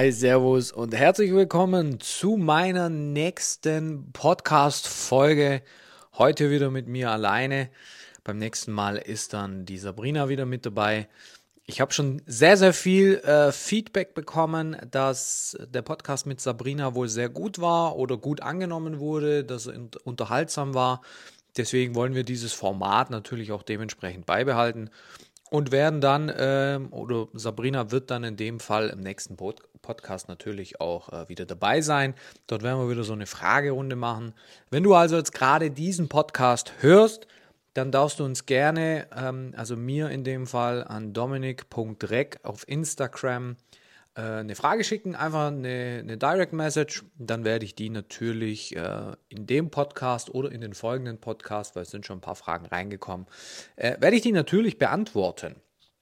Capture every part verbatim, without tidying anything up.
Hi, Servus und herzlich willkommen zu meiner nächsten Podcast-Folge. Heute wieder mit mir alleine. Beim nächsten Mal ist dann die Sabrina wieder mit dabei. Ich habe schon sehr, sehr viel äh, Feedback bekommen, dass der Podcast mit Sabrina wohl sehr gut war oder gut angenommen wurde, dass er unterhaltsam war. Deswegen wollen wir dieses Format natürlich auch dementsprechend beibehalten. Und werden dann, ähm, oder Sabrina wird dann in dem Fall im nächsten Pod- Podcast natürlich auch äh, wieder dabei sein. Dort werden wir wieder so eine Fragerunde machen. Wenn du also jetzt gerade diesen Podcast hörst, dann darfst du uns gerne, ähm, also mir in dem Fall an dominik punkt rec auf Instagram äh, eine Frage schicken, einfach eine, eine Direct Message. Dann werde ich die natürlich äh, in dem Podcast oder in den folgenden Podcast, weil es sind schon ein paar Fragen reingekommen, äh, werde ich die natürlich beantworten.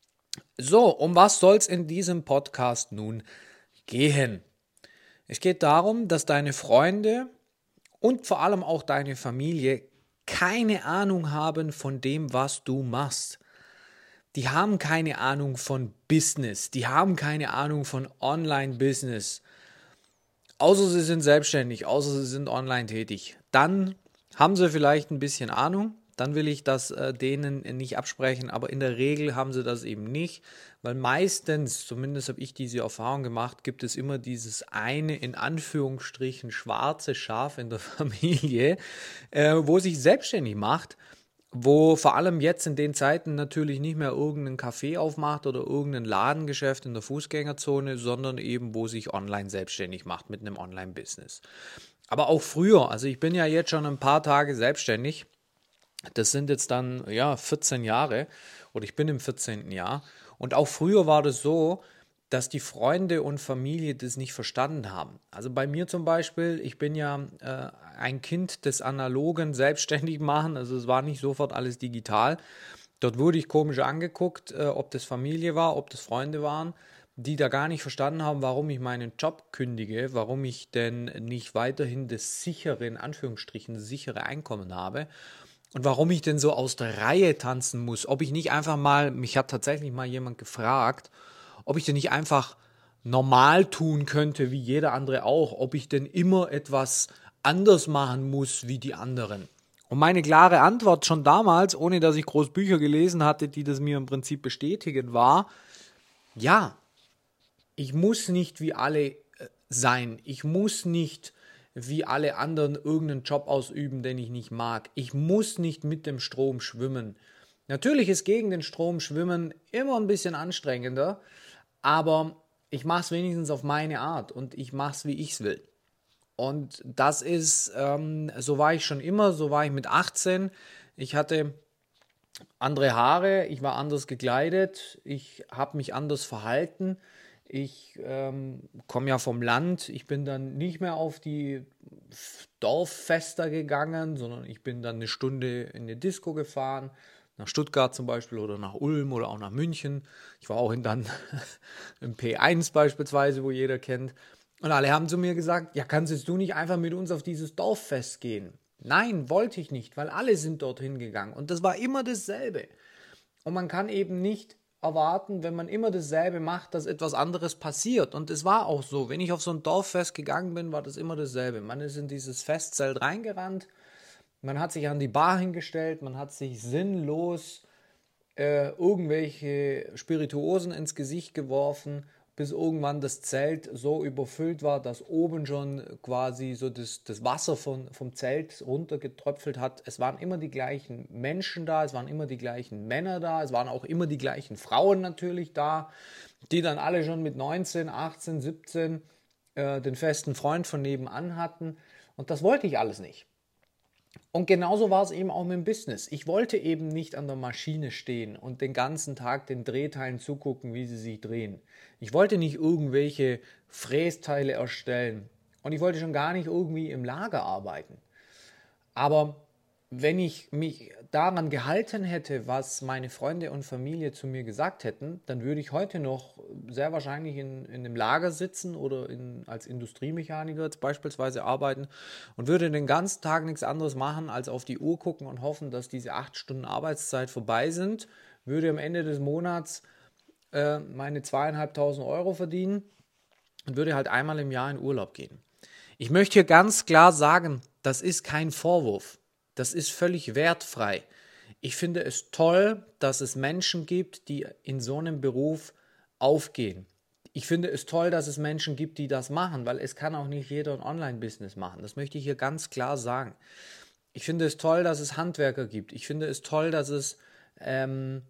So, um was soll es in diesem Podcast nun gehen? Es geht darum, dass deine Freunde und vor allem auch deine Familie keine Ahnung haben von dem, was du machst. Die haben keine Ahnung von Business, die haben keine Ahnung von Online-Business, außer sie sind selbstständig, außer sie sind online tätig. Dann haben sie vielleicht ein bisschen Ahnung, dann will ich das äh, denen nicht absprechen, aber in der Regel haben sie das eben nicht, weil meistens, zumindest habe ich diese Erfahrung gemacht, gibt es immer dieses eine in Anführungsstrichen schwarze Schaf in der Familie, äh, wo sich selbstständig macht, wo vor allem jetzt in den Zeiten natürlich nicht mehr irgendein Café aufmacht oder irgendein Ladengeschäft in der Fußgängerzone, sondern eben wo sich online selbstständig macht mit einem Online-Business. Aber auch früher, also ich bin ja jetzt schon ein paar Tage selbstständig, das sind jetzt dann ja vierzehn Jahre oder ich bin im vierzehnten Jahr und auch früher war das so, dass die Freunde und Familie das nicht verstanden haben. Also bei mir zum Beispiel, ich bin ja äh, ein Kind des analogen selbstständig machen, also es war nicht sofort alles digital. Dort wurde ich komisch angeguckt, äh, ob das Familie war, ob das Freunde waren, die da gar nicht verstanden haben, warum ich meinen Job kündige, warum ich denn nicht weiterhin das sichere, in Anführungsstrichen, sichere Einkommen habe. Und warum ich denn so aus der Reihe tanzen muss, ob ich nicht einfach mal, mich hat tatsächlich mal jemand gefragt, ob ich denn nicht einfach normal tun könnte, wie jeder andere auch, ob ich denn immer etwas anders machen muss wie die anderen. Und meine klare Antwort schon damals, ohne dass ich groß Bücher gelesen hatte, die das mir im Prinzip bestätigen, war, ja, ich muss nicht wie alle äh, sein. Ich muss nicht wie alle anderen irgendeinen Job ausüben, den ich nicht mag. Ich muss nicht mit dem Strom schwimmen. Natürlich ist gegen den Strom schwimmen immer ein bisschen anstrengender, aber ich mache es wenigstens auf meine Art und ich mache es, wie ich es will. Und das ist, ähm, so war ich schon immer, so war ich mit achtzehn. Ich hatte andere Haare, ich war anders gekleidet, ich habe mich anders verhalten. Ich ähm, komme ja vom Land, ich bin dann nicht mehr auf die Dorffester gegangen, sondern ich bin dann eine Stunde in eine Disco gefahren, nach Stuttgart zum Beispiel oder nach Ulm oder auch nach München. Ich war auch in dann im P eins beispielsweise, wo jeder kennt. Und alle haben zu mir gesagt, ja, kannst du nicht einfach mit uns auf dieses Dorffest gehen? Nein, wollte ich nicht, weil alle sind dorthin gegangen. Und das war immer dasselbe. Und man kann eben nicht erwarten, wenn man immer dasselbe macht, dass etwas anderes passiert. Und es war auch so. Wenn ich auf so ein Dorffest gegangen bin, war das immer dasselbe. Man ist in dieses Festzelt reingerannt, man hat sich an die Bar hingestellt, man hat sich sinnlos äh, irgendwelche Spirituosen ins Gesicht geworfen, bis irgendwann das Zelt so überfüllt war, dass oben schon quasi so das, das Wasser von, vom Zelt runtergetröpfelt hat. Es waren immer die gleichen Menschen da, es waren immer die gleichen Männer da, es waren auch immer die gleichen Frauen natürlich da, die dann alle schon mit neunzehn, achtzehn, siebzehn äh, den festen Freund von nebenan hatten. Und das wollte ich alles nicht. Und genauso war es eben auch mit dem Business. Ich wollte eben nicht an der Maschine stehen und den ganzen Tag den Drehteilen zugucken, wie sie sich drehen. Ich wollte nicht irgendwelche Frästeile erstellen und ich wollte schon gar nicht irgendwie im Lager arbeiten. Aber wenn ich mich daran gehalten hätte, was meine Freunde und Familie zu mir gesagt hätten, dann würde ich heute noch sehr wahrscheinlich in, in einem Lager sitzen oder in, als Industriemechaniker jetzt beispielsweise arbeiten und würde den ganzen Tag nichts anderes machen, als auf die Uhr gucken und hoffen, dass diese acht Stunden Arbeitszeit vorbei sind, würde am Ende des Monats äh, meine zweieinhalbtausend Euro verdienen und würde halt einmal im Jahr in Urlaub gehen. Ich möchte hier ganz klar sagen, das ist kein Vorwurf. Das ist völlig wertfrei. Ich finde es toll, dass es Menschen gibt, die in so einem Beruf aufgehen. Ich finde es toll, dass es Menschen gibt, die das machen, weil es kann auch nicht jeder ein Online-Business machen. Das möchte ich hier ganz klar sagen. Ich finde es toll, dass es Handwerker gibt. Ich finde es toll, dass es ähm,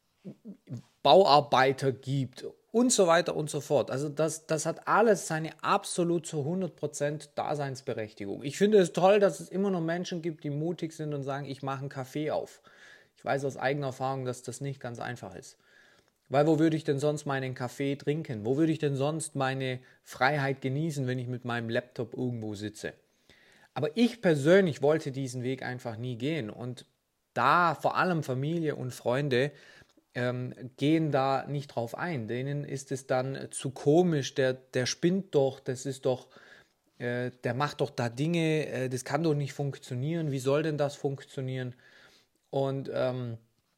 Bauarbeiter gibt und so weiter und so fort. Also das, das hat alles seine absolut zu hundert Prozent Daseinsberechtigung. Ich finde es toll, dass es immer noch Menschen gibt, die mutig sind und sagen, ich mache einen Kaffee auf. Ich weiß aus eigener Erfahrung, dass das nicht ganz einfach ist. Weil wo würde ich denn sonst meinen Kaffee trinken? Wo würde ich denn sonst meine Freiheit genießen, wenn ich mit meinem Laptop irgendwo sitze? Aber ich persönlich wollte diesen Weg einfach nie gehen. Und da vor allem Familie und Freunde ähm, gehen da nicht drauf ein. Denen ist es dann zu komisch, der, der spinnt doch, das ist doch, äh, der macht doch da Dinge, äh, das kann doch nicht funktionieren. Wie soll denn das funktionieren? Und ähm,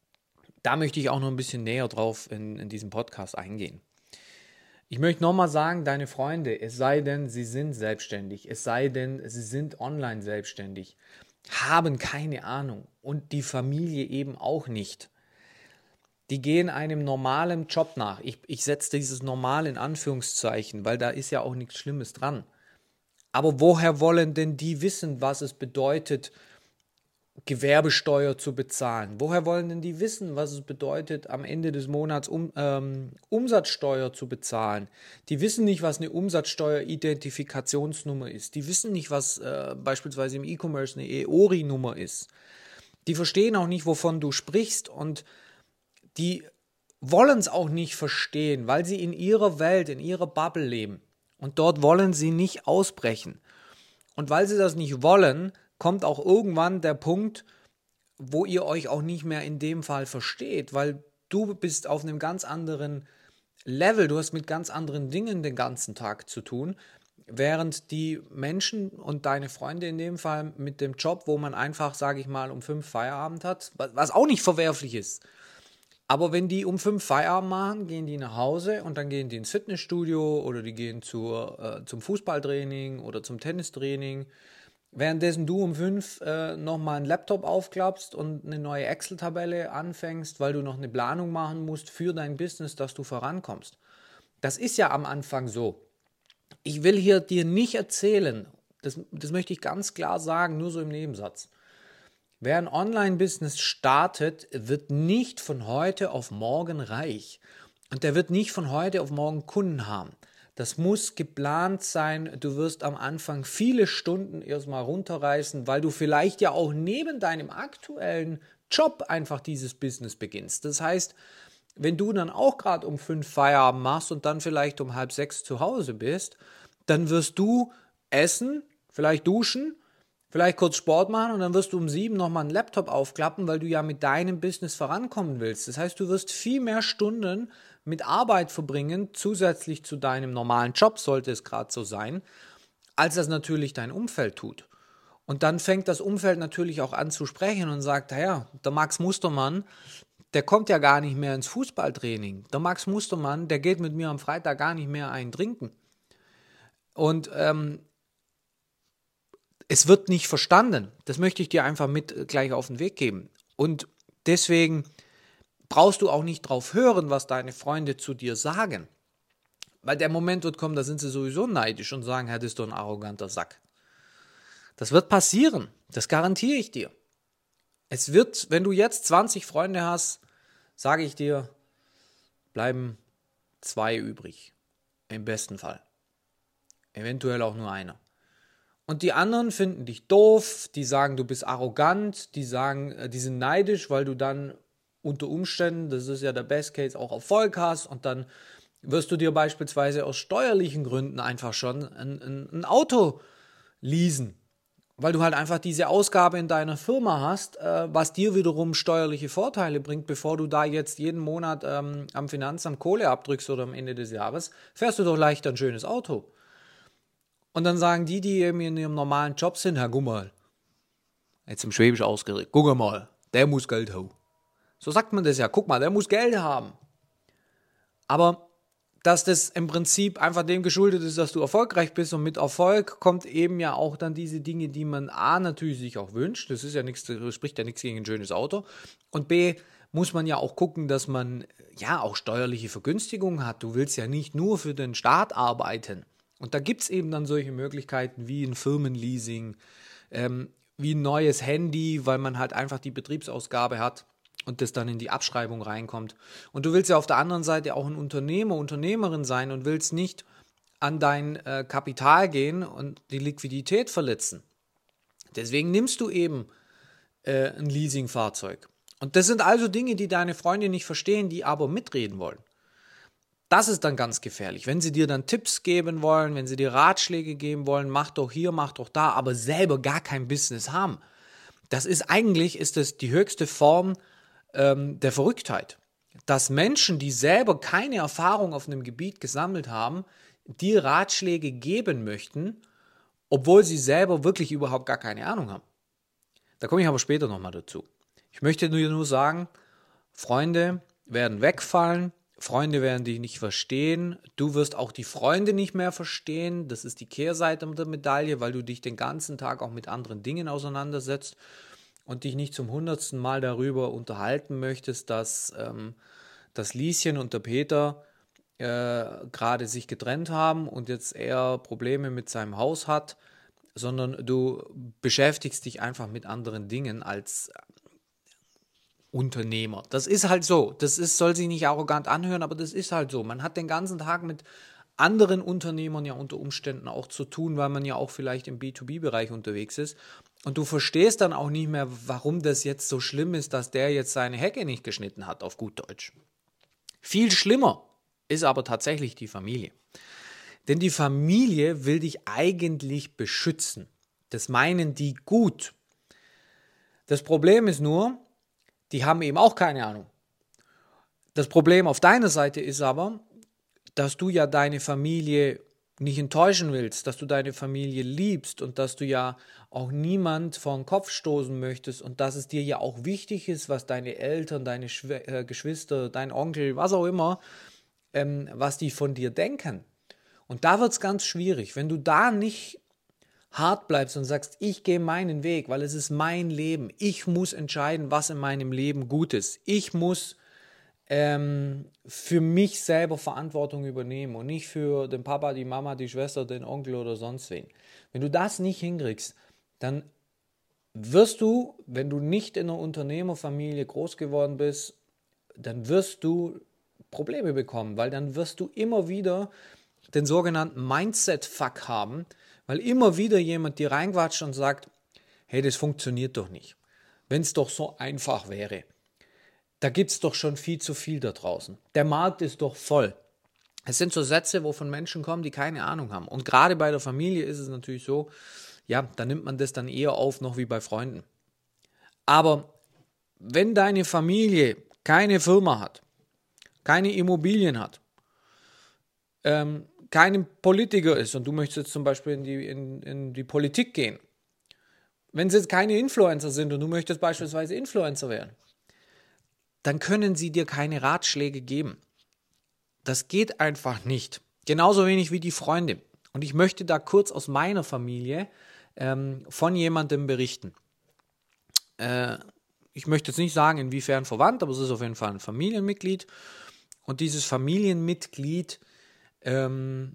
da möchte ich auch noch ein bisschen näher drauf in, in diesem Podcast eingehen. Ich möchte nochmal sagen, deine Freunde, es sei denn, sie sind selbstständig, es sei denn, sie sind online selbstständig, haben keine Ahnung und die Familie eben auch nicht. Die gehen einem normalen Job nach. Ich, ich setze dieses normal in Anführungszeichen, weil da ist ja auch nichts Schlimmes dran. Aber woher wollen denn die wissen, was es bedeutet, Gewerbesteuer zu bezahlen? Woher wollen denn die wissen, was es bedeutet, am Ende des Monats um, ähm, Umsatzsteuer zu bezahlen? Die wissen nicht, was eine Umsatzsteuer-Identifikationsnummer ist. Die wissen nicht, was äh, beispielsweise im E-Commerce eine E O R I-Nummer ist. Die verstehen auch nicht, wovon du sprichst, und die wollen es auch nicht verstehen, weil sie in ihrer Welt, in ihrer Bubble leben. Und dort wollen sie nicht ausbrechen. Und weil sie das nicht wollen, kommt auch irgendwann der Punkt, wo ihr euch auch nicht mehr in dem Fall versteht, weil du bist auf einem ganz anderen Level, du hast mit ganz anderen Dingen den ganzen Tag zu tun, während die Menschen und deine Freunde in dem Fall mit dem Job, wo man einfach, sage ich mal, um fünf Feierabend hat, was auch nicht verwerflich ist. Aber wenn die um fünf Feierabend machen, gehen die nach Hause und dann gehen die ins Fitnessstudio oder die gehen zur, äh, zum Fußballtraining oder zum Tennistraining. Währenddessen du um fünf äh, nochmal einen Laptop aufklappst und eine neue Excel-Tabelle anfängst, weil du noch eine Planung machen musst für dein Business, dass du vorankommst. Das ist ja am Anfang so. Ich will hier dir nicht erzählen, das, das möchte ich ganz klar sagen, nur so im Nebensatz. Wer ein Online-Business startet, wird nicht von heute auf morgen reich. Und der wird nicht von heute auf morgen Kunden haben. Das muss geplant sein. Du wirst am Anfang viele Stunden erstmal runterreißen, weil du vielleicht ja auch neben deinem aktuellen Job einfach dieses Business beginnst. Das heißt, wenn du dann auch gerade um fünf Feierabend machst und dann vielleicht um halb sechs zu Hause bist, dann wirst du essen, vielleicht duschen, vielleicht kurz Sport machen und dann wirst du um sieben nochmal einen Laptop aufklappen, weil du ja mit deinem Business vorankommen willst. Das heißt, du wirst viel mehr Stunden mit Arbeit verbringen, zusätzlich zu deinem normalen Job, sollte es gerade so sein, als das natürlich dein Umfeld tut. Und dann fängt das Umfeld natürlich auch an zu sprechen und sagt, naja, der Max Mustermann, der kommt ja gar nicht mehr ins Fußballtraining. Der Max Mustermann, der geht mit mir am Freitag gar nicht mehr einen trinken. Und ähm, es wird nicht verstanden. Das möchte ich dir einfach mit gleich auf den Weg geben. Und deswegen brauchst du auch nicht drauf hören, was deine Freunde zu dir sagen. Weil der Moment wird kommen, da sind sie sowieso neidisch und sagen, Herr, das ist doch ein arroganter Sack. Das wird passieren. Das garantiere ich dir. Es wird, wenn du jetzt zwanzig Freunde hast, sage ich dir, bleiben zwei übrig. Im besten Fall. Eventuell auch nur einer. Und die anderen finden dich doof, die sagen, du bist arrogant, die sagen, die sind neidisch, weil du dann unter Umständen, das ist ja der Best Case, auch Erfolg hast, und dann wirst du dir beispielsweise aus steuerlichen Gründen einfach schon ein, ein, ein Auto leasen, weil du halt einfach diese Ausgabe in deiner Firma hast, äh, was dir wiederum steuerliche Vorteile bringt, bevor du da jetzt jeden Monat ähm, am Finanzamt Kohle abdrückst oder am Ende des Jahres, fährst du doch leicht ein schönes Auto. Und dann sagen die, die eben in ihrem normalen Job sind, Herr, guck mal, jetzt im Schwäbisch ausgedrückt, guck mal, der muss Geld haben. So sagt man das ja, guck mal, der muss Geld haben. Aber dass das im Prinzip einfach dem geschuldet ist, dass du erfolgreich bist, und mit Erfolg kommt eben ja auch dann diese Dinge, die man A, natürlich sich auch wünscht, das ist ja nichts, das spricht ja nichts gegen ein schönes Auto, und B, muss man ja auch gucken, dass man ja auch steuerliche Vergünstigungen hat. Du willst ja nicht nur für den Staat arbeiten. Und da gibt es eben dann solche Möglichkeiten wie ein Firmenleasing, ähm, wie ein neues Handy, weil man halt einfach die Betriebsausgabe hat und das dann in die Abschreibung reinkommt. Und du willst ja auf der anderen Seite auch ein Unternehmer, Unternehmerin sein und willst nicht an dein äh, Kapital gehen und die Liquidität verletzen. Deswegen nimmst du eben äh, ein Leasingfahrzeug. Und das sind also Dinge, die deine Freunde nicht verstehen, die aber mitreden wollen. Das ist dann ganz gefährlich. Wenn sie dir dann Tipps geben wollen, wenn sie dir Ratschläge geben wollen, mach doch hier, mach doch da, aber selber gar kein Business haben. Das ist eigentlich, ist das die höchste Form ähm, der Verrücktheit. Dass Menschen, die selber keine Erfahrung auf einem Gebiet gesammelt haben, dir Ratschläge geben möchten, obwohl sie selber wirklich überhaupt gar keine Ahnung haben. Da komme ich aber später nochmal dazu. Ich möchte dir nur sagen, Freunde werden wegfallen, Freunde werden dich nicht verstehen, du wirst auch die Freunde nicht mehr verstehen, das ist die Kehrseite der Medaille, weil du dich den ganzen Tag auch mit anderen Dingen auseinandersetzt und dich nicht zum hundertsten Mal darüber unterhalten möchtest, dass ähm, das Lieschen und der Peter äh, gerade sich getrennt haben und jetzt eher Probleme mit seinem Haus hat, sondern du beschäftigst dich einfach mit anderen Dingen als Unternehmer. Das ist halt so. Das ist, soll sich nicht arrogant anhören, aber das ist halt so. Man hat den ganzen Tag mit anderen Unternehmern ja unter Umständen auch zu tun, weil man ja auch vielleicht im B zwei B-Bereich unterwegs ist. Und du verstehst dann auch nicht mehr, warum das jetzt so schlimm ist, dass der jetzt seine Hecke nicht geschnitten hat, auf gut Deutsch. Viel schlimmer ist aber tatsächlich die Familie. Denn die Familie will dich eigentlich beschützen. Das meinen die gut. Das Problem ist nur, die haben eben auch keine Ahnung. Das Problem auf deiner Seite ist aber, dass du ja deine Familie nicht enttäuschen willst, dass du deine Familie liebst und dass du ja auch niemand vor den Kopf stoßen möchtest und dass es dir ja auch wichtig ist, was deine Eltern, deine Schw- äh, Geschwister, dein Onkel, was auch immer, ähm, was die von dir denken. Und da wird es ganz schwierig, wenn du da nicht hart bleibst und sagst, ich gehe meinen Weg, weil es ist mein Leben. Ich muss entscheiden, was in meinem Leben gut ist. Ich muss ähm, für mich selber Verantwortung übernehmen und nicht für den Papa, die Mama, die Schwester, den Onkel oder sonst wen. Wenn du das nicht hinkriegst, dann wirst du, wenn du nicht in einer Unternehmerfamilie groß geworden bist, dann wirst du Probleme bekommen, weil dann wirst du immer wieder den sogenannten Mindset-Fuck haben, weil immer wieder jemand dir reinquatscht und sagt, hey, das funktioniert doch nicht. Wenn es doch so einfach wäre. Da gibt es doch schon viel zu viel da draußen. Der Markt ist doch voll. Es sind so Sätze, wo von Menschen kommen, die keine Ahnung haben. Und gerade bei der Familie ist es natürlich so, ja, da nimmt man das dann eher auf, noch wie bei Freunden. Aber wenn deine Familie keine Firma hat, keine Immobilien hat, ähm, kein Politiker ist und du möchtest jetzt zum Beispiel in die, in, in die Politik gehen, wenn sie jetzt keine Influencer sind und du möchtest beispielsweise Influencer werden, dann können sie dir keine Ratschläge geben. Das geht einfach nicht. Genauso wenig wie die Freunde. Und ich möchte da kurz aus meiner Familie ähm, von jemandem berichten. Äh, ich möchte jetzt nicht sagen, inwiefern verwandt, aber es ist auf jeden Fall ein Familienmitglied. Und dieses Familienmitglied, ähm,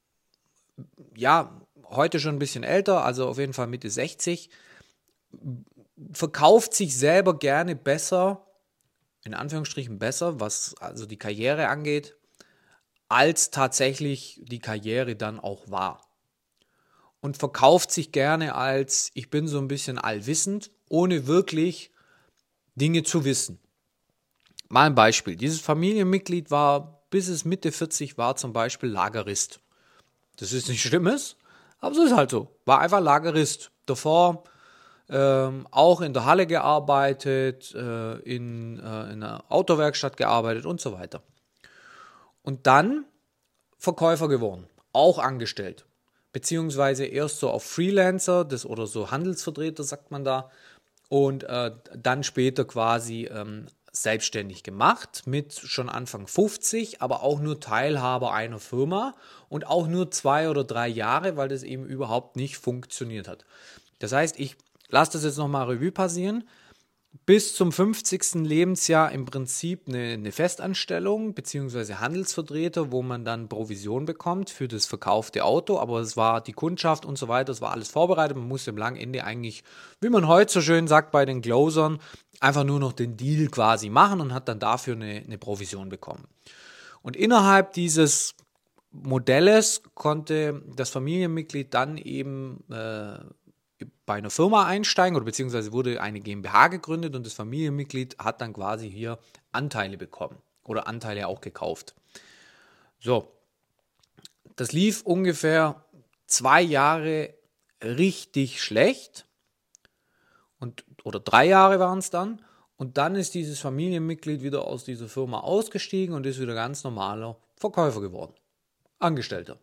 ja, heute schon ein bisschen älter, also auf jeden Fall Mitte sechzig, verkauft sich selber gerne besser, in Anführungsstrichen besser, was also die Karriere angeht, als tatsächlich die Karriere dann auch war. Und verkauft sich gerne als, ich bin so ein bisschen allwissend, ohne wirklich Dinge zu wissen. Mal ein Beispiel. Dieses Familienmitglied war, bis es Mitte vierzig war, zum Beispiel Lagerist. Das ist nichts Schlimmes, aber es ist halt so. War einfach Lagerist. Davor ähm, auch in der Halle gearbeitet, äh, in, äh, in einer Autowerkstatt gearbeitet und so weiter. Und dann Verkäufer geworden, auch angestellt. Beziehungsweise erst so auf Freelancer das, oder so Handelsvertreter, sagt man da. Und äh, dann später quasi ähm, selbstständig gemacht, mit schon Anfang fünfzig, aber auch nur Teilhaber einer Firma und auch nur zwei oder drei Jahre, weil das eben überhaupt nicht funktioniert hat. Das heißt, ich lasse das jetzt nochmal Revue passieren. Bis zum fünfzigsten Lebensjahr im Prinzip eine, eine Festanstellung bzw. Handelsvertreter, wo man dann Provision bekommt für das verkaufte Auto, aber es war die Kundschaft und so weiter, es war alles vorbereitet, man musste am langen Ende eigentlich, wie man heute so schön sagt bei den Closern, einfach nur noch den Deal quasi machen und hat dann dafür eine, eine Provision bekommen. Und innerhalb dieses Modells konnte das Familienmitglied dann eben äh, bei einer Firma einsteigen oder beziehungsweise wurde eine GmbH gegründet und das Familienmitglied hat dann quasi hier Anteile bekommen oder Anteile auch gekauft. So, das lief ungefähr zwei Jahre richtig schlecht und, oder drei Jahre waren es dann und dann ist dieses Familienmitglied wieder aus dieser Firma ausgestiegen und ist wieder ganz normaler Verkäufer geworden, Angestellter.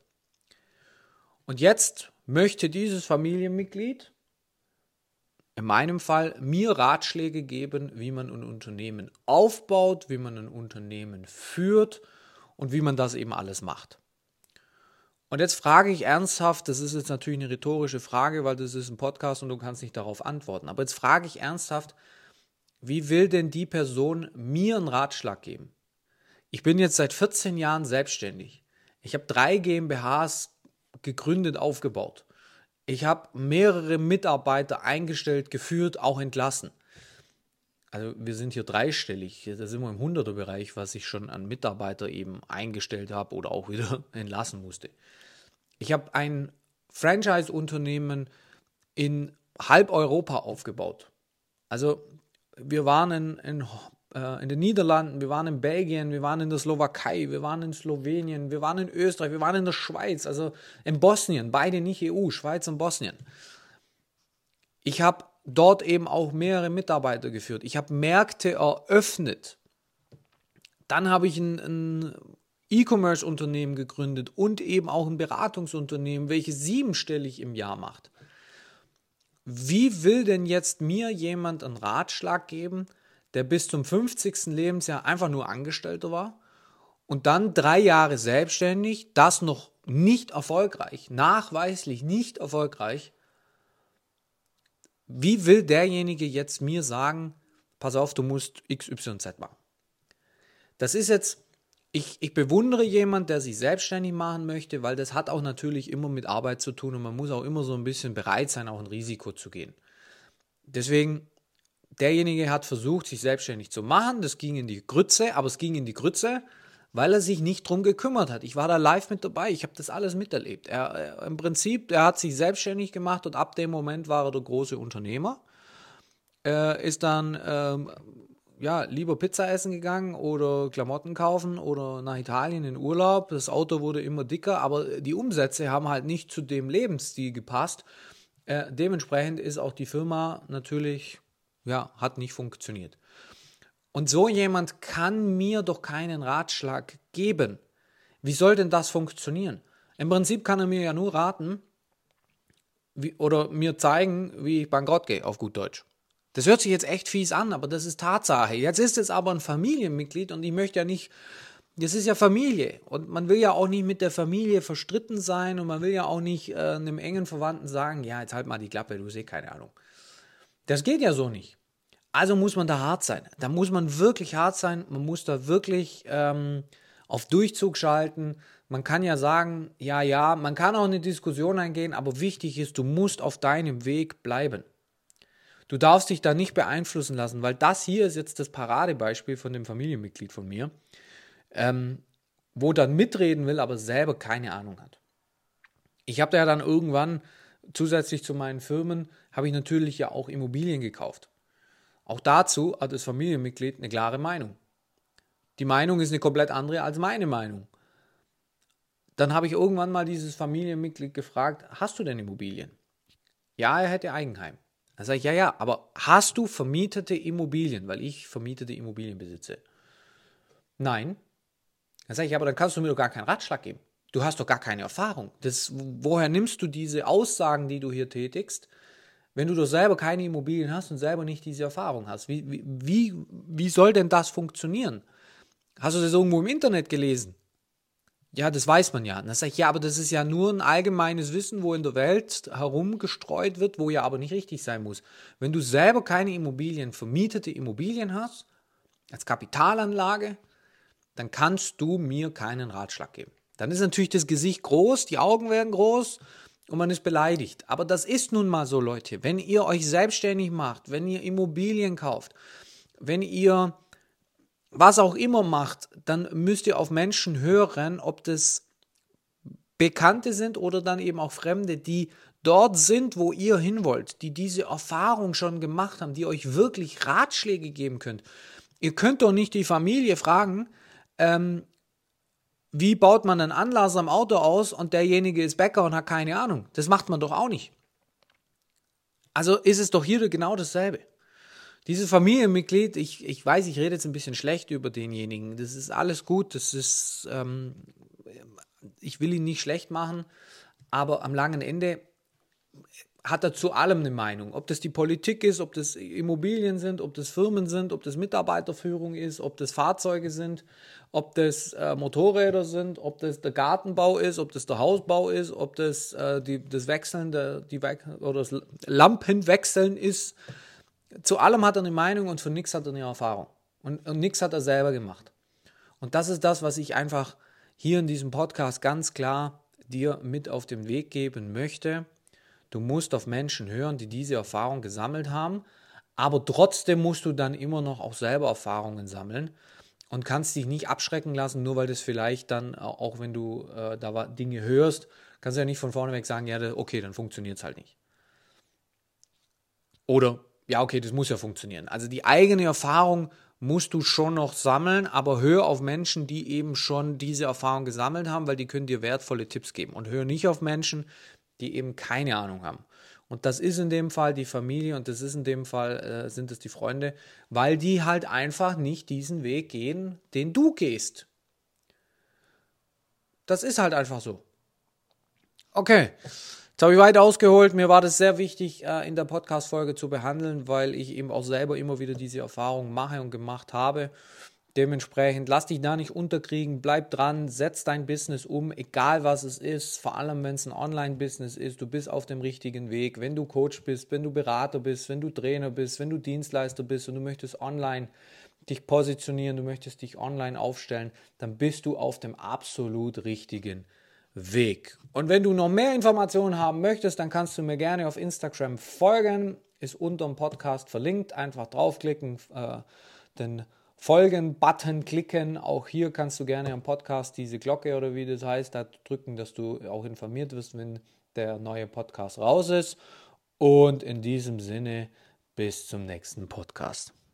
Und jetzt möchte dieses Familienmitglied, in meinem Fall, mir Ratschläge geben, wie man ein Unternehmen aufbaut, wie man ein Unternehmen führt und wie man das eben alles macht. Und jetzt frage ich ernsthaft, das ist jetzt natürlich eine rhetorische Frage, weil das ist ein Podcast und du kannst nicht darauf antworten, aber jetzt frage ich ernsthaft, wie will denn die Person mir einen Ratschlag geben? Ich bin jetzt seit vierzehn Jahren selbstständig. Ich habe drei GmbHs gegründet, aufgebaut. Ich habe mehrere Mitarbeiter eingestellt, geführt, auch entlassen. Also wir sind hier dreistellig, da sind wir im Hunderter-Bereich, was ich schon an Mitarbeiter eben eingestellt habe oder auch wieder entlassen musste. Ich habe ein Franchise-Unternehmen in halb Europa aufgebaut. Also wir waren in, in in den Niederlanden, wir waren in Belgien, wir waren in der Slowakei, wir waren in Slowenien, wir waren in Österreich, wir waren in der Schweiz, also in Bosnien, beide nicht E U, Schweiz und Bosnien. Ich habe dort eben auch mehrere Mitarbeiter geführt. Ich habe Märkte eröffnet. Dann habe ich ein, ein E-Commerce-Unternehmen gegründet und eben auch ein Beratungsunternehmen, welches siebenstellig im Jahr macht. Wie will denn jetzt mir jemand einen Ratschlag geben, der bis zum fünfzigsten Lebensjahr einfach nur Angestellter war und dann drei Jahre selbstständig, das noch nicht erfolgreich, nachweislich nicht erfolgreich. Wie will derjenige jetzt mir sagen, pass auf, du musst X Y Z machen? Das ist jetzt, ich, ich bewundere jemanden, der sich selbstständig machen möchte, weil das hat auch natürlich immer mit Arbeit zu tun und man muss auch immer so ein bisschen bereit sein, auch ein Risiko zu gehen. Deswegen, derjenige hat versucht, sich selbstständig zu machen, das ging in die Grütze, aber es ging in die Grütze, weil er sich nicht drum gekümmert hat. Ich war da live mit dabei, ich habe das alles miterlebt. Er, er, im Prinzip, er hat sich selbstständig gemacht und ab dem Moment war er der große Unternehmer. Er ist dann ähm, ja, lieber Pizza essen gegangen oder Klamotten kaufen oder nach Italien in Urlaub. Das Auto wurde immer dicker, aber die Umsätze haben halt nicht zu dem Lebensstil gepasst. Äh, dementsprechend ist auch die Firma natürlich... Ja, hat nicht funktioniert. Und so jemand kann mir doch keinen Ratschlag geben. Wie soll denn das funktionieren? Im Prinzip kann er mir ja nur raten wie, oder mir zeigen, wie ich bankrott gehe, auf gut Deutsch. Das hört sich jetzt echt fies an, aber das ist Tatsache. Jetzt ist es aber ein Familienmitglied und ich möchte ja nicht, das ist ja Familie und man will ja auch nicht mit der Familie verstritten sein und man will ja auch nicht äh, einem engen Verwandten sagen, ja, jetzt halt mal die Klappe, du hast eh keine Ahnung. Das geht ja so nicht. Also muss man da hart sein. Da muss man wirklich hart sein. Man muss da wirklich ähm, auf Durchzug schalten. Man kann ja sagen, ja, ja, man kann auch eine Diskussion eingehen, aber wichtig ist, du musst auf deinem Weg bleiben. Du darfst dich da nicht beeinflussen lassen, weil das hier ist jetzt das Paradebeispiel von dem Familienmitglied von mir, ähm, wo dann mitreden will, aber selber keine Ahnung hat. Ich habe da ja dann irgendwann zusätzlich zu meinen Firmen habe ich natürlich ja auch Immobilien gekauft. Auch dazu hat das Familienmitglied eine klare Meinung. Die Meinung ist eine komplett andere als meine Meinung. Dann habe ich irgendwann mal dieses Familienmitglied gefragt, hast du denn Immobilien? Ja, er hätte Eigenheim. Dann sage ich, ja, ja, aber hast du vermietete Immobilien? Weil ich vermietete Immobilien besitze. Nein. Dann sage ich, aber dann kannst du mir doch gar keinen Ratschlag geben. Du hast doch gar keine Erfahrung. Das, woher nimmst du diese Aussagen, die du hier tätigst? wenn du doch selber keine Immobilien hast und selber nicht diese Erfahrung hast? Wie, wie, wie, wie soll denn das funktionieren? Hast du das irgendwo im Internet gelesen? Ja, das weiß man ja. Dann sage ich, ja, aber das ist ja nur ein allgemeines Wissen, wo in der Welt herumgestreut wird, wo ja aber nicht richtig sein muss. Wenn du selber keine Immobilien, vermietete Immobilien hast, als Kapitalanlage, dann kannst du mir keinen Ratschlag geben. Dann ist natürlich das Gesicht groß, die Augen werden groß und man ist beleidigt. Aber das ist nun mal so, Leute. Wenn ihr euch selbstständig macht, wenn ihr Immobilien kauft, wenn ihr was auch immer macht, dann müsst ihr auf Menschen hören, ob das Bekannte sind oder dann eben auch Fremde, die dort sind, wo ihr hin wollt, die diese Erfahrung schon gemacht haben, die euch wirklich Ratschläge geben können. Ihr könnt doch nicht die Familie fragen, ähm, wie baut man einen Anlass am Auto aus und derjenige ist Bäcker und hat keine Ahnung. Das macht man doch auch nicht. Also ist es doch hier genau dasselbe. Dieses Familienmitglied, ich, ich weiß, ich rede jetzt ein bisschen schlecht über denjenigen. Das ist alles gut, das ist, ähm, ich will ihn nicht schlecht machen, aber am langen Ende hat er zu allem eine Meinung. Ob das die Politik ist, ob das Immobilien sind, ob das Firmen sind, ob das Mitarbeiterführung ist, ob das Fahrzeuge sind, ob das äh, Motorräder sind, ob das der Gartenbau ist, ob das der Hausbau ist, ob das äh, die, das Wechseln der, die We- oder das Lampenwechseln ist. Zu allem hat er eine Meinung und für nichts hat er eine Erfahrung. Und, und nichts hat er selber gemacht. Und das ist das, was ich einfach hier in diesem Podcast ganz klar dir mit auf den Weg geben möchte. Du musst auf Menschen hören, die diese Erfahrung gesammelt haben, aber trotzdem musst du dann immer noch auch selber Erfahrungen sammeln und kannst dich nicht abschrecken lassen, nur weil das vielleicht dann, auch wenn du äh, da Dinge hörst, kannst du ja nicht von vorneweg sagen, ja, okay, dann funktioniert es halt nicht. Oder ja, okay, das muss ja funktionieren. Also die eigene Erfahrung musst du schon noch sammeln, aber hör auf Menschen, die eben schon diese Erfahrung gesammelt haben, weil die können dir wertvolle Tipps geben. Und hör nicht auf Menschen, die eben keine Ahnung haben. Und das ist in dem Fall die Familie und das ist in dem Fall, äh, sind es die Freunde, weil die halt einfach nicht diesen Weg gehen, den du gehst. Das ist halt einfach so. Okay. Jetzt habe ich weit ausgeholt. Mir war das sehr wichtig, äh, in der Podcast-Folge zu behandeln, weil ich eben auch selber immer wieder diese Erfahrung mache und gemacht habe. Dementsprechend lass dich da nicht unterkriegen, bleib dran, setz dein Business um, egal was es ist, vor allem wenn es ein Online-Business ist, du bist auf dem richtigen Weg. Wenn du Coach bist, wenn du Berater bist, wenn du Trainer bist, wenn du Dienstleister bist und du möchtest online dich positionieren, du möchtest dich online aufstellen, dann bist du auf dem absolut richtigen Weg. Und wenn du noch mehr Informationen haben möchtest, dann kannst du mir gerne auf Instagram folgen, ist unter dem Podcast verlinkt, einfach draufklicken, äh, den Folgen-Button klicken. Auch hier kannst du gerne am Podcast diese Glocke oder wie das heißt, da drücken, dass du auch informiert wirst, wenn der neue Podcast raus ist. Und in diesem Sinne, bis zum nächsten Podcast.